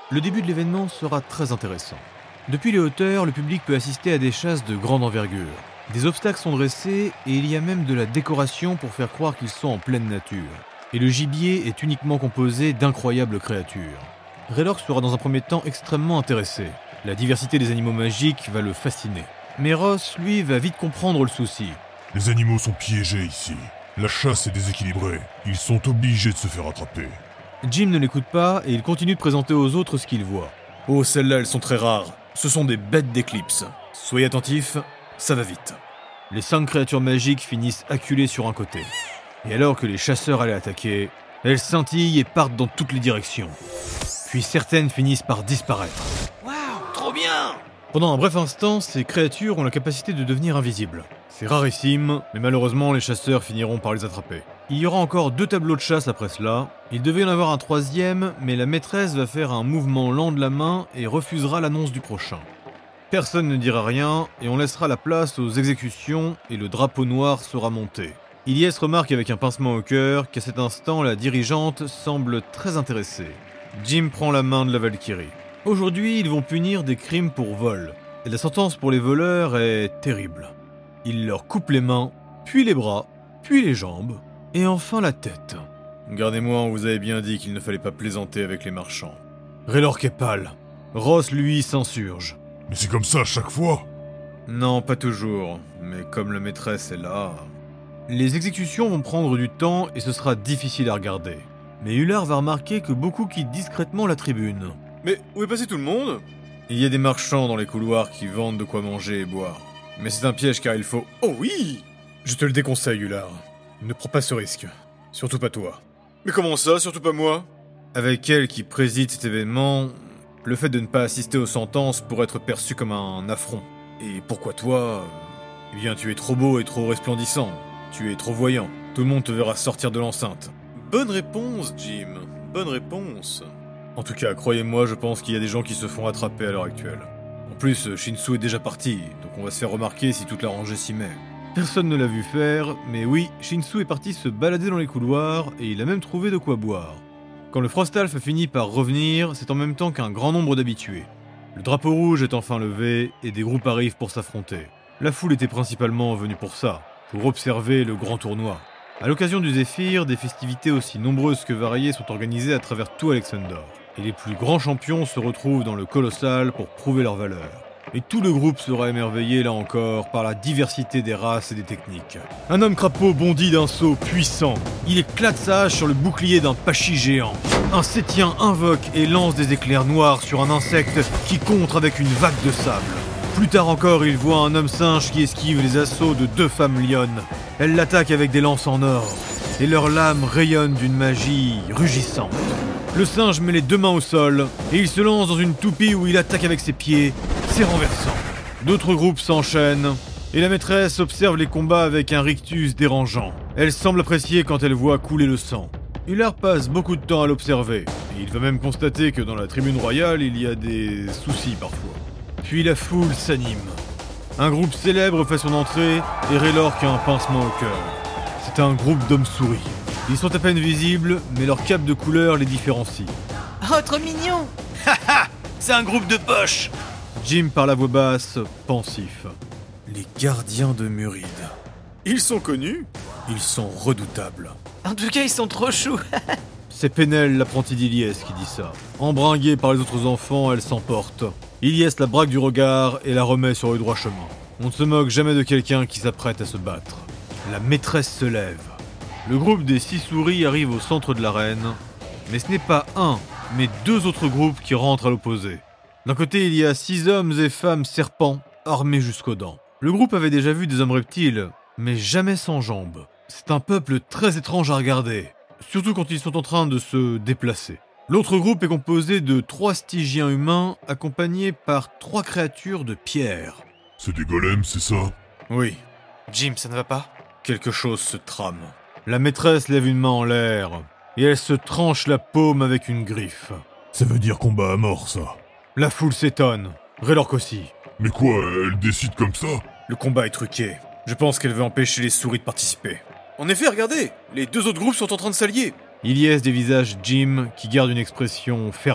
Le début de l'événement sera très intéressant. Depuis les hauteurs, le public peut assister à des chasses de grande envergure. Des obstacles sont dressés et il y a même de la décoration pour faire croire qu'ils sont en pleine nature. Et le gibier est uniquement composé d'incroyables créatures. Raylord sera dans un premier temps extrêmement intéressé. La diversité des animaux magiques va le fasciner. Mais Ross, lui, va vite comprendre le souci. Les animaux sont piégés ici. La chasse est déséquilibrée. Ils sont obligés de se faire attraper. Jim ne l'écoute pas et il continue de présenter aux autres ce qu'il voit. « Oh, celles-là, elles sont très rares. Ce sont des bêtes d'éclipse. Soyez attentifs, ça va vite. » Les 5 créatures magiques finissent acculées sur un côté. Et alors que les chasseurs allaient attaquer, elles scintillent et partent dans toutes les directions. Puis certaines finissent par disparaître. Waouh, trop bien! Pendant un bref instant, ces créatures ont la capacité de devenir invisibles. C'est rarissime, mais malheureusement les chasseurs finiront par les attraper. Il y aura encore 2 tableaux de chasse après cela. Il devait y en avoir un 3e, mais la maîtresse va faire un mouvement lent de la main et refusera l'annonce du prochain. Personne ne dira rien, et on laissera la place aux exécutions, et le drapeau noir sera monté. Ilyes remarque avec un pincement au cœur qu'à cet instant la dirigeante semble très intéressée. Jim prend la main de la Valkyrie. Aujourd'hui, ils vont punir des crimes pour vol. Et la sentence pour les voleurs est terrible. Ils leur coupent les mains, puis les bras, puis les jambes, et enfin la tête. Gardez-moi, on vous avait bien dit qu'il ne fallait pas plaisanter avec les marchands. Raylord est pâle. Ross, lui, s'insurge. Mais c'est comme ça à chaque fois. Non, pas toujours, mais comme la maîtresse est là... Les exécutions vont prendre du temps et ce sera difficile à regarder. Mais Ullard va remarquer que beaucoup quittent discrètement la tribune. Mais où est passé tout le monde ? Il y a des marchands dans les couloirs qui vendent de quoi manger et boire. Mais c'est un piège car il faut... Oh oui ! Je te le déconseille, Ullard. Ne prends pas ce risque. Surtout pas toi. Mais comment ça, surtout pas moi ? Avec elle qui préside cet événement, le fait de ne pas assister aux sentences pourrait être perçu comme un affront. Et pourquoi toi ? Eh bien, tu es trop beau et trop resplendissant. Tu es trop voyant. Tout le monde te verra sortir de l'enceinte. Bonne réponse, Jim. Bonne réponse. En tout cas, croyez-moi, je pense qu'il y a des gens qui se font attraper à l'heure actuelle. En plus, Shinsu est déjà parti, donc on va se faire remarquer si toute la rangée s'y met. Personne ne l'a vu faire, mais oui, Shinsu est parti se balader dans les couloirs et il a même trouvé de quoi boire. Quand le Frostalf finit par revenir, c'est en même temps qu'un grand nombre d'habitués. Le drapeau rouge est enfin levé et des groupes arrivent pour s'affronter. La foule était principalement venue pour ça, pour observer le grand tournoi. À l'occasion du Zéphyr, des festivités aussi nombreuses que variées sont organisées à travers tout Alexandor. Et les plus grands champions se retrouvent dans le Colossal pour prouver leur valeur. Et tout le groupe sera émerveillé là encore par la diversité des races et des techniques. Un homme crapaud bondit d'un saut puissant. Il éclate sa hache sur le bouclier d'un pachi géant. Un sétien invoque et lance des éclairs noirs sur un insecte qui contre avec une vague de sable. Plus tard encore, il voit un homme singe qui esquive les assauts de 2 femmes lionnes. Elles l'attaquent avec des lances en or, et leurs lames rayonnent d'une magie rugissante. Le singe met les 2 mains au sol, et il se lance dans une toupie où il attaque avec ses pieds. C'est renversant. D'autres groupes s'enchaînent, et la maîtresse observe les combats avec un rictus dérangeant. Elle semble apprécier quand elle voit couler le sang. Ullard passe beaucoup de temps à l'observer, et il va même constater que dans la tribune royale, il y a des soucis parfois. Puis la foule s'anime. Un groupe célèbre fait son entrée et Raylord a un pincement au cœur. C'est un groupe d'hommes-souris. Ils sont à peine visibles, mais leur cape de couleur les différencie. Oh, trop mignon! Haha, c'est un groupe de poches. Jim parle à voix basse, pensif. Les gardiens de Muride. Ils sont connus, ils sont redoutables. En tout cas, ils sont trop choux. C'est Penel, l'apprenti d'Ilyes, qui dit ça. Embringuée par les autres enfants, elle s'emporte. Ilyes la braque du regard et la remet sur le droit chemin. On ne se moque jamais de quelqu'un qui s'apprête à se battre. La maîtresse se lève. Le groupe des 6 souris arrive au centre de l'arène, mais ce n'est pas un, mais 2 autres groupes qui rentrent à l'opposé. D'un côté, il y a 6 hommes et femmes serpents, armés jusqu'aux dents. Le groupe avait déjà vu des hommes reptiles, mais jamais sans jambes. C'est un peuple très étrange à regarder, surtout quand ils sont en train de se déplacer. L'autre groupe est composé de 3 stygiens humains accompagnés par 3 créatures de pierre. C'est des golems, c'est ça? Oui, Jim, ça ne va pas? quelque chose se trame. La maîtresse lève une main en l'air, et elle se tranche la paume avec une griffe. Ça veut dire combat à mort, ça. La foule s'étonne, Raylord aussi. Mais quoi, elle décide comme ça? Le combat est truqué. Je pense qu'elle veut empêcher les souris de participer. En effet, regardez, les 2 autres groupes sont en train de s'allier. Ilyes dévisage Jim qui garde une expression fermée.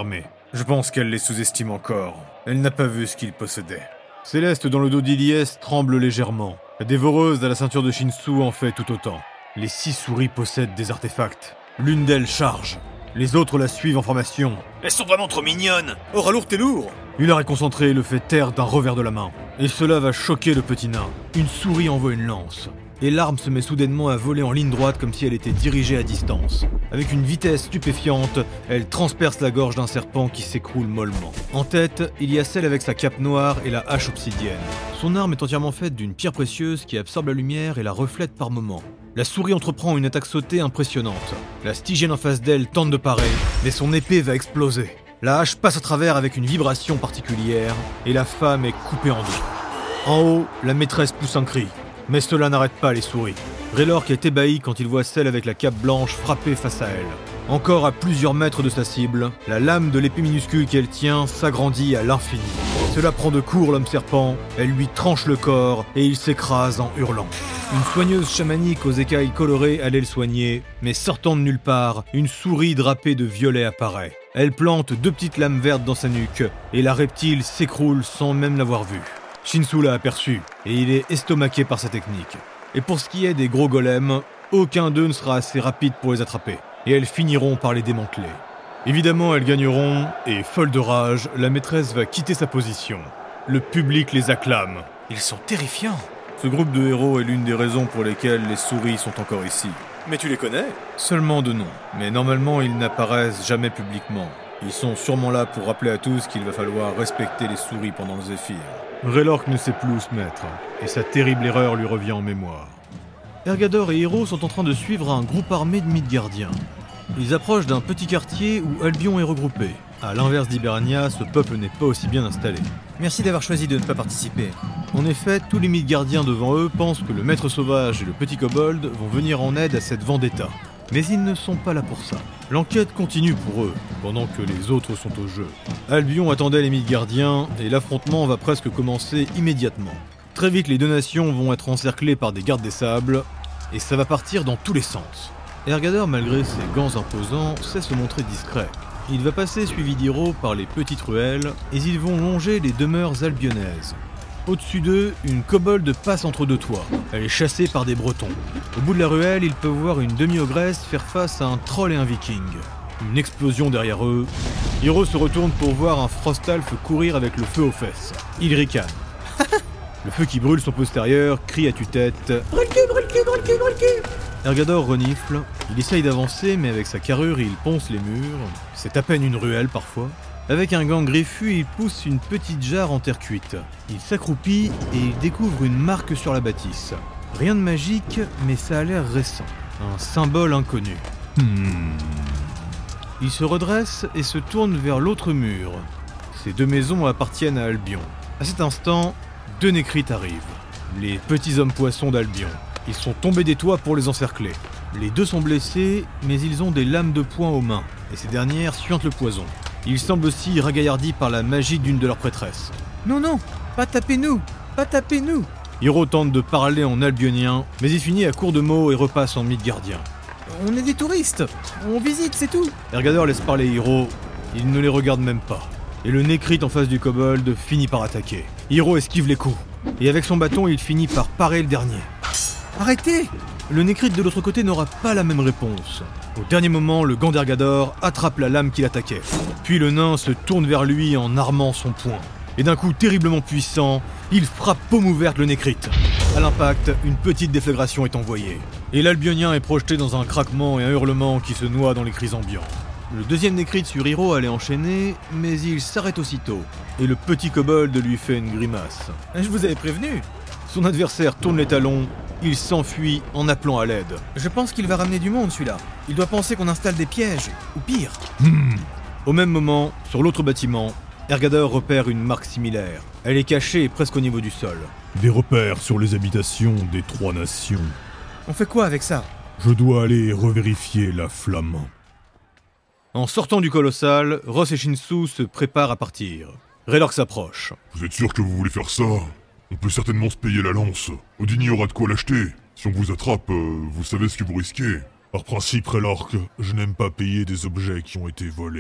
Je pense qu'elle les sous-estime encore. Elle n'a pas vu ce qu'ils possédaient. Céleste dans le dos d'Iliès tremble légèrement. La dévoreuse à la ceinture de Shinsu en fait tout autant. Les 6 souris possèdent des artefacts. L'une d'elles charge. Les autres la suivent en formation. Elles sont vraiment trop mignonnes. Oh, Ralourd, t'es lourd. Hullard est concentré et le fait taire d'un revers de la main. Et cela va choquer le petit nain. Une souris envoie une lance. Et l'arme se met soudainement à voler en ligne droite comme si elle était dirigée à distance. Avec une vitesse stupéfiante, elle transperce la gorge d'un serpent qui s'écroule mollement. En tête, il y a celle avec sa cape noire et la hache obsidienne. Son arme est entièrement faite d'une pierre précieuse qui absorbe la lumière et la reflète par moments. La souris entreprend une attaque sautée impressionnante. La Stygienne en face d'elle tente de parer, mais son épée va exploser. La hache passe à travers avec une vibration particulière, et la femme est coupée en deux. En haut, la maîtresse pousse un cri. Mais cela n'arrête pas les souris. Raylork est ébahi quand il voit celle avec la cape blanche frapper face à elle. Encore à plusieurs mètres de sa cible, la lame de l'épée minuscule qu'elle tient s'agrandit à l'infini. Cela prend de court l'homme serpent, elle lui tranche le corps et il s'écrase en hurlant. Une soigneuse chamanique aux écailles colorées allait le soigner, mais sortant de nulle part, une souris drapée de violet apparaît. Elle plante 2 petites lames vertes dans sa nuque et la reptile s'écroule sans même l'avoir vue. Shinsu l'a aperçu, et il est estomaqué par sa technique. Et pour ce qui est des gros golems, aucun d'eux ne sera assez rapide pour les attraper, et elles finiront par les démanteler. Évidemment, elles gagneront, et folle de rage, la maîtresse va quitter sa position. Le public les acclame. Ils sont terrifiants. Ce groupe de héros est l'une des raisons pour lesquelles les souris sont encore ici. Mais tu les connais? Seulement de nom, mais normalement ils n'apparaissent jamais publiquement. Ils sont sûrement là pour rappeler à tous qu'il va falloir respecter les souris pendant le Zéphyr. Raylork ne sait plus où se mettre, et sa terrible erreur lui revient en mémoire. Ergador et Hiro sont en train de suivre un groupe armé de Midgardiens. Ils approchent d'un petit quartier où Albion est regroupé. À l'inverse d'Hibernia, ce peuple n'est pas aussi bien installé. Merci d'avoir choisi de ne pas participer. En effet, tous les Midgardiens devant eux pensent que le maître sauvage et le petit kobold vont venir en aide à cette vendetta. Mais ils ne sont pas là pour ça. L'enquête continue pour eux, pendant que les autres sont au jeu. Albion attendait les Midgardiens, et l'affrontement va presque commencer immédiatement. Très vite, les 2 nations vont être encerclées par des gardes des sables, et ça va partir dans tous les sens. Ergador, malgré ses gants imposants, sait se montrer discret. Il va passer suivi d'Hiro par les petites ruelles, et ils vont longer les demeures albionnaises. Au-dessus d'eux, une kobold passe entre 2 toits. Elle est chassée par des bretons. Au bout de la ruelle, ils peuvent voir une demi-ogresse faire face à un troll et un viking. Une explosion derrière eux. Hiro se retourne pour voir un Frostalf courir avec le feu aux fesses. Il ricane. Le feu qui brûle son postérieur crie à tue-tête « Brûle cul, brûle cul, brûle cul, brûle cul !» Ergador renifle. Il essaye d'avancer, mais avec sa carrure, il ponce les murs. C'est à peine une ruelle parfois. Avec un gant griffu, il pousse une petite jarre en terre cuite. Il s'accroupit et il découvre une marque sur la bâtisse. Rien de magique, mais ça a l'air récent. Un symbole inconnu. Il se redresse et se tourne vers l'autre mur. Ces 2 maisons appartiennent à Albion. À cet instant, 2 nécrites arrivent. Les petits hommes poissons d'Albion. Ils sont tombés des toits pour les encercler. Les 2 sont blessés, mais ils ont des lames de poing aux mains, et ces dernières suintent le poison. Ils semblent aussi ragaillardis par la magie d'une de leurs prêtresses. Non, non, pas tapez-nous, pas tapez-nous. Hiro tente de parler en albionien, mais il finit à court de mots et repasse en midgardien. On est des touristes, on visite, c'est tout. Ergador laisse parler Hiro, il ne les regarde même pas. Et le nécrite en face du kobold finit par attaquer. Hiro esquive les coups, et avec son bâton, il finit par parer le dernier. Arrêtez! Le nécrite de l'autre côté n'aura pas la même réponse. Au dernier moment, le gant d'Ergador attrape la lame qui l'attaquait. Puis le nain se tourne vers lui en armant son poing. Et d'un coup terriblement puissant, il frappe paume ouverte le nécrite. À l'impact, une petite déflagration est envoyée. Et l'albionien est projeté dans un craquement et un hurlement qui se noie dans les cris ambiants. Le deuxième nécrite sur Hiro allait enchaîner, mais il s'arrête aussitôt. Et le petit kobold lui fait une grimace. Je vous avais prévenu. Son adversaire tourne les talons, il s'enfuit en appelant à l'aide. Je pense qu'il va ramener du monde, celui-là. Il doit penser qu'on installe des pièges, ou pire. Au même moment, sur l'autre bâtiment, Ergador repère une marque similaire. Elle est cachée et presque au niveau du sol. Des repères sur les habitations des 3 nations. On fait quoi avec ça? Je dois aller revérifier la flamme. En sortant du colossal, Ross et Shinsu se préparent à partir. Raylork s'approche. Vous êtes sûr que vous voulez faire ça? On peut certainement se payer la lance. Odini aura de quoi l'acheter. Si on vous attrape, vous savez ce que vous risquez. Par principe, Raylork, je n'aime pas payer des objets qui ont été volés.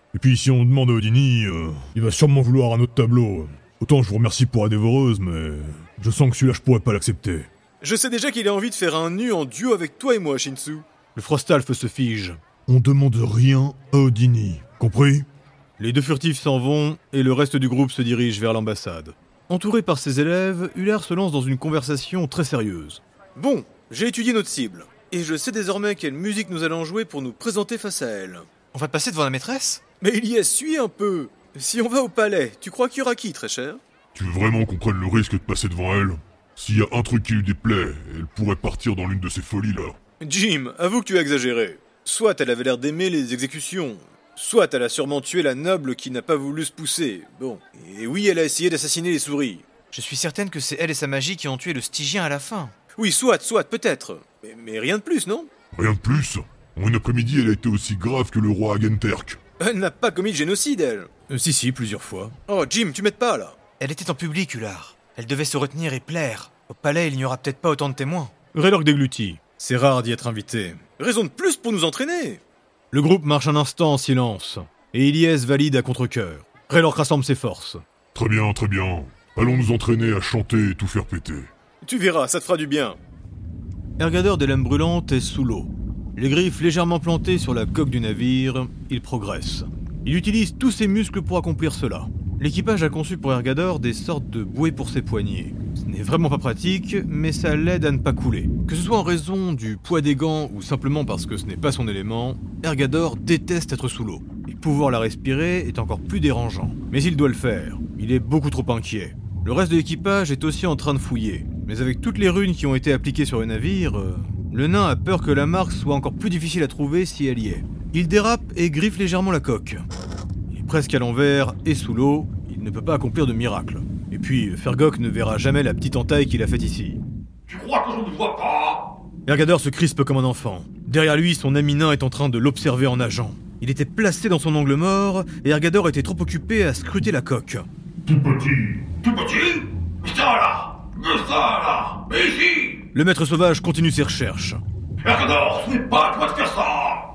Et puis si on demande à Odini, il va sûrement vouloir un autre tableau. Autant je vous remercie pour la dévoreuse, mais je sens que celui-là je pourrais pas l'accepter. Je sais déjà qu'il a envie de faire un nu en duo avec toi et moi, Shinsu. Le Frostalf se fige. On demande rien à Odini, compris? Les deux furtifs s'en vont et le reste du groupe se dirige vers l'ambassade. Entouré par ses élèves, Uller se lance dans une conversation très sérieuse. Bon, j'ai étudié notre cible. Et je sais désormais quelle musique nous allons jouer pour nous présenter face à elle. On va te passer devant la maîtresse? Mais Ilyes, suis un peu. Si on va au palais, tu crois qu'il y aura qui, très cher? Tu veux vraiment qu'on prenne le risque de passer devant elle? S'il y a un truc qui lui déplaît, elle pourrait partir dans l'une de ces folies-là. Jim, avoue que tu as exagéré. Soit elle avait l'air d'aimer les exécutions, soit elle a sûrement tué la noble qui n'a pas voulu se pousser. Bon, et oui, elle a essayé d'assassiner les souris. Je suis certaine que c'est elle et sa magie qui ont tué le Stygien à la fin. Oui, soit, peut-être. Mais rien de plus, non? Rien de plus. En une après-midi, elle a été aussi grave que le roi Agenterk. Elle n'a pas commis de génocide, elle. Si, plusieurs fois. Oh, Jim, tu m'aides pas, là. Elle était en public, Ular. Elle devait se retenir et plaire. Au palais, il n'y aura peut-être pas autant de témoins. Raylork déglutit. C'est rare d'y être invité. Raison de plus pour nous entraîner. Le groupe marche un instant en silence, et Ilyes valide à contre-cœur. Raylork rassemble ses forces. Très bien, très bien. Allons nous entraîner à chanter et tout faire péter. Tu verras, ça te fera du bien. Ergador des lames brûlantes est sous l'eau. Les griffes légèrement plantées sur la coque du navire, il progresse. Il utilise tous ses muscles pour accomplir cela. L'équipage a conçu pour Ergador des sortes de bouées pour ses poignets. Ce n'est vraiment pas pratique, mais ça l'aide à ne pas couler. Que ce soit en raison du poids des gants ou simplement parce que ce n'est pas son élément, Ergador déteste être sous l'eau. Et pouvoir la respirer est encore plus dérangeant. Mais il doit le faire. Il est beaucoup trop inquiet. Le reste de l'équipage est aussi en train de fouiller. Mais avec toutes les runes qui ont été appliquées sur le navire, le nain a peur que la marque soit encore plus difficile à trouver si elle y est. Il dérape et griffe légèrement la coque. Il est presque à l'envers et sous l'eau, il ne peut pas accomplir de miracle. Et puis, Fergok ne verra jamais la petite entaille qu'il a faite ici. Tu crois que je ne vois pas? Ergador se crispe comme un enfant. Derrière lui, son ami nain est en train de l'observer en nageant. Il était placé dans son angle mort, et Ergador était trop occupé à scruter la coque. Tout petit? Mais ça là! Mais ici! Le maître sauvage continue ses recherches. Ergador, ce n'est pas à toi de faire ça!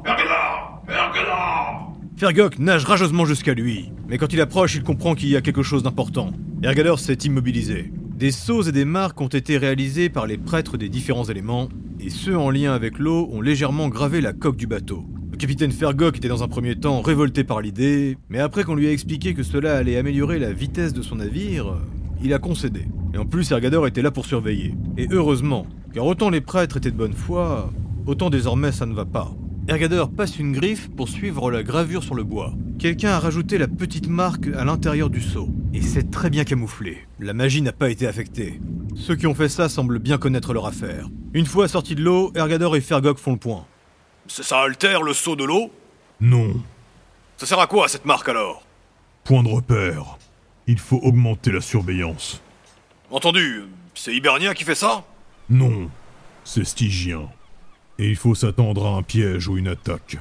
Ergador! Fergok nage rageusement jusqu'à lui, mais quand il approche, il comprend qu'il y a quelque chose d'important. Ergador s'est immobilisé. Des sceaux et des marques ont été réalisés par les prêtres des différents éléments, et ceux en lien avec l'eau ont légèrement gravé la coque du bateau. Le capitaine Fergok était dans un premier temps révolté par l'idée, mais après qu'on lui a expliqué que cela allait améliorer la vitesse de son navire, il a concédé. Et en plus, Ergador était là pour surveiller. Et heureusement, car autant les prêtres étaient de bonne foi, autant désormais ça ne va pas. Ergador passe une griffe pour suivre la gravure sur le bois. Quelqu'un a rajouté la petite marque à l'intérieur du seau. Et c'est très bien camouflé. La magie n'a pas été affectée. Ceux qui ont fait ça semblent bien connaître leur affaire. Une fois sortis de l'eau, Ergador et Fergok font le point. Ça altère le saut de l'eau? Non. Ça sert à quoi, cette marque, alors? Point de repère. Il faut augmenter la surveillance. Entendu, c'est Hibernien qui fait ça? Non, c'est Stygien. Et il faut s'attendre à un piège ou une attaque.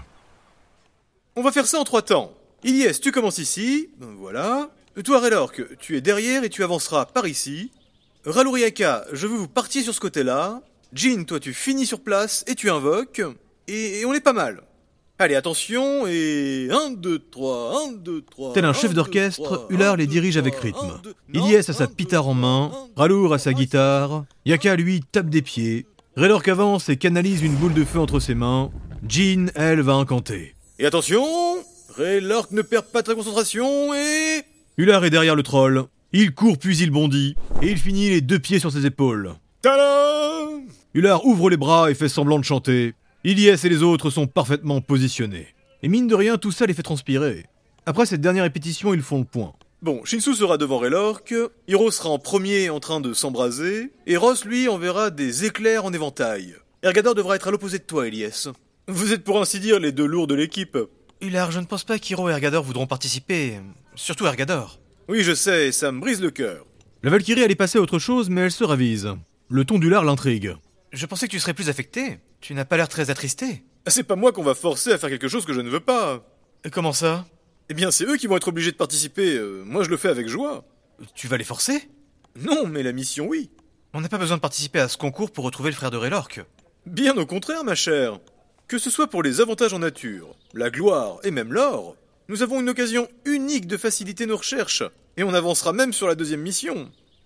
On va faire ça en 3 temps. Ilyes, tu commences ici, voilà. Toi, Raylork, tu es derrière et tu avanceras par ici. Ralouriaka, je veux vous partiez sur ce côté-là. Jin, toi tu finis sur place et tu invoques. Et on est pas mal. Allez, attention, et 1, 2, 3, 1, 2, 3... Tel un chef d'orchestre, Ular les dirige avec rythme. Ilyes a sa pitare en main, Ralour a sa guitare, Yaka, lui, tape des pieds, Raylork avance et canalise une boule de feu entre ses mains, Jin, elle, va incanter. Et attention, Raylork ne perd pas de sa concentration et... Ular est derrière le troll, il court puis il bondit, et il finit les 2 pieds sur ses épaules. Tadam! Ular ouvre les bras et fait semblant de chanter. Ilyes et les autres sont parfaitement positionnés. Et mine de rien, tout ça les fait transpirer. Après cette dernière répétition, ils font le point. Bon, Shinsu sera devant Raylork, Hiro sera en premier en train de s'embraser, et Ross, lui, enverra des éclairs en éventail. Ergador devra être à l'opposé de toi, Ilyes. Vous êtes pour ainsi dire les 2 lourds de l'équipe. Ular, je ne pense pas qu'Hiro et Ergador voudront participer. Surtout Ergador. Oui, je sais, ça me brise le cœur. La Valkyrie allait passer à autre chose, mais elle se ravise. Le ton d'Ular l'intrigue. Je pensais que tu serais plus affecté. Tu n'as pas l'air très attristé. C'est pas moi qu'on va forcer à faire quelque chose que je ne veux pas. Et comment ça? Eh bien, c'est eux qui vont être obligés de participer. Moi, je le fais avec joie. Tu vas les forcer? Non, mais la mission, oui. On n'a pas besoin de participer à ce concours pour retrouver le frère de Raylork. Bien au contraire, ma chère. Que ce soit pour les avantages en nature, la gloire et même l'or, Nous avons une occasion unique de faciliter nos recherches. Et on avancera même sur la deuxième mission.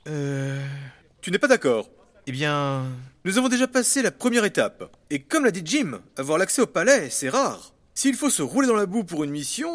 Tu n'es pas d'accord? Eh bien... Nous avons déjà passé la première étape. Et comme l'a dit Jim, avoir l'accès au palais, c'est rare. S'il faut se rouler dans la boue pour une mission,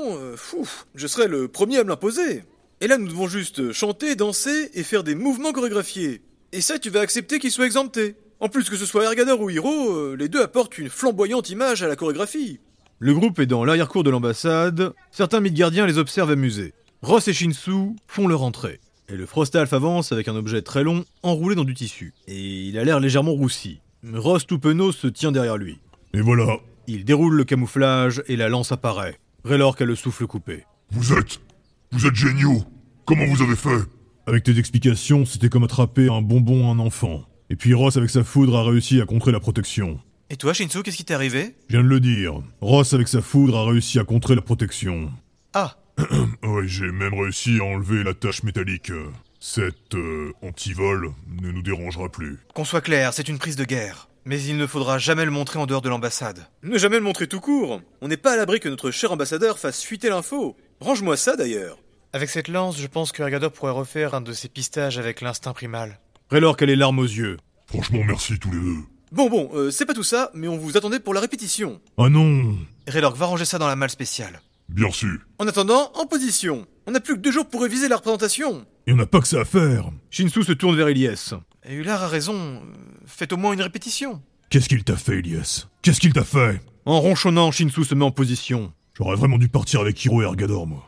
je serai le premier à me l'imposer. Et là, nous devons juste chanter, danser et faire des mouvements chorégraphiés. Et ça, tu vas accepter qu'ils soient exemptés. En plus, que ce soit Ergador ou Hiro, les deux apportent une flamboyante image à la chorégraphie. Le groupe est dans l'arrière-cour de l'ambassade. Certains Midgardiens les observent amusés. Ross et Shinsu font leur entrée. Et le Frostalf avance avec un objet très long, enroulé dans du tissu. Et il a l'air légèrement roussi. Ross tout penaud se tient derrière lui. Et voilà. Il déroule le camouflage et la lance apparaît. Raylork a le souffle coupé. Vous êtes géniaux. Comment vous avez fait? Avec tes explications, c'était comme attraper un bonbon à un enfant. Et puis Ross, avec sa foudre, a réussi à contrer la protection. Et toi, Shinsu, qu'est-ce qui t'est arrivé? Je viens de le dire. Ross, avec sa foudre, a réussi à contrer la protection. Ah. Ouais, j'ai même réussi à enlever la tache métallique. Cet antivol ne nous dérangera plus. Qu'on soit clair, c'est une prise de guerre. Mais il ne faudra jamais le montrer en dehors de l'ambassade. Ne jamais le montrer tout court. On n'est pas à l'abri que notre cher ambassadeur fasse fuiter l'info. Range-moi ça d'ailleurs. Avec cette lance, je pense que Ergador pourrait refaire un de ses pistages avec l'instinct primal. Raylork a les larmes aux yeux. Franchement, merci tous les deux. Bon, c'est pas tout ça, mais on vous attendait pour la répétition. Ah non. Raylork, va ranger ça dans la malle spéciale. Bien reçu. En attendant, en position. On n'a plus que 2 jours pour réviser la représentation. Et on n'a pas que ça à faire. Shinsu se tourne vers Ilyes. Et Ular a raison, faites au moins une répétition. Qu'est-ce qu'il t'a fait, Ilyes? Qu'est-ce qu'il t'a fait? En ronchonnant, Shinsu se met en position. J'aurais vraiment dû partir avec Hiro et Ergador, moi.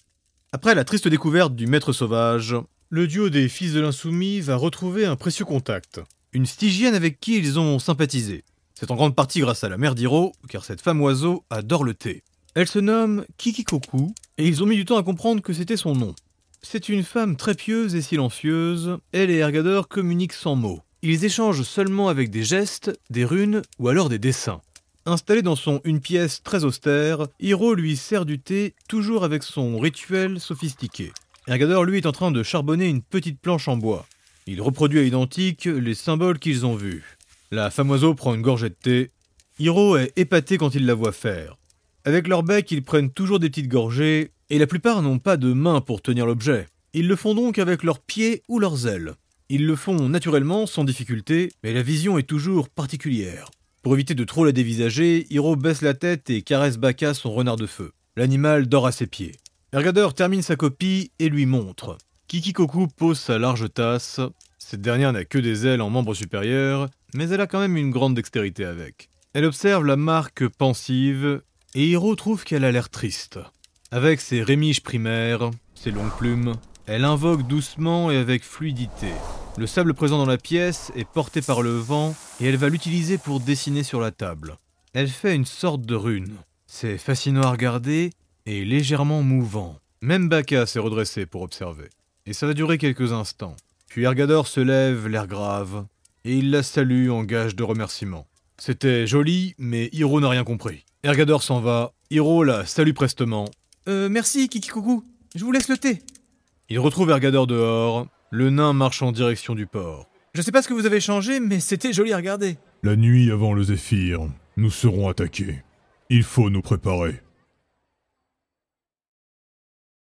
Après la triste découverte du maître sauvage, le duo des fils de l'insoumis va retrouver un précieux contact. Une Stygienne avec qui ils ont sympathisé. C'est en grande partie grâce à la mère d'Hiro, car cette femme oiseau adore le thé. Elle se nomme Kikikoku, et ils ont mis du temps à comprendre que c'était son nom. C'est une femme très pieuse et silencieuse, elle et Ergador communiquent sans mots. Ils échangent seulement avec des gestes, des runes ou alors des dessins. Installé dans une pièce très austère, Hiro lui sert du thé, toujours avec son rituel sophistiqué. Ergador, lui, est en train de charbonner une petite planche en bois. Il reproduit à l'identique les symboles qu'ils ont vus. La femme oiseau prend une gorgée de thé. Hiro est épaté quand il la voit faire. Avec leur bec, ils prennent toujours des petites gorgées, et la plupart n'ont pas de main pour tenir l'objet. Ils le font donc avec leurs pieds ou leurs ailes. Ils le font naturellement, sans difficulté, mais la vision est toujours particulière. Pour éviter de trop la dévisager, Hiro baisse la tête et caresse Baka, son renard de feu. L'animal dort à ses pieds. Ergador termine sa copie et lui montre. Kikikoku pose sa large tasse. Cette dernière n'a que des ailes en membre supérieur, mais elle a quand même une grande dextérité avec. Elle observe la marque pensive, et Hiro trouve qu'elle a l'air triste. Avec ses rémiges primaires, ses longues plumes, elle invoque doucement et avec fluidité. Le sable présent dans la pièce est porté par le vent et elle va l'utiliser pour dessiner sur la table. Elle fait une sorte de rune. C'est fascinant à regarder et légèrement mouvant. Même Baka s'est redressé pour observer. Et ça va durer quelques instants. Puis Ergador se lève, l'air grave, et il la salue en gage de remerciement. C'était joli, mais Hiro n'a rien compris. Ergador s'en va, Hiro la salue prestement. Merci, Kikikoku. Je vous laisse le thé. Il retrouve Ergador dehors. Le nain marche en direction du port. Je sais pas ce que vous avez changé, mais c'était joli à regarder. La nuit avant le Zéphyr, nous serons attaqués. Il faut nous préparer.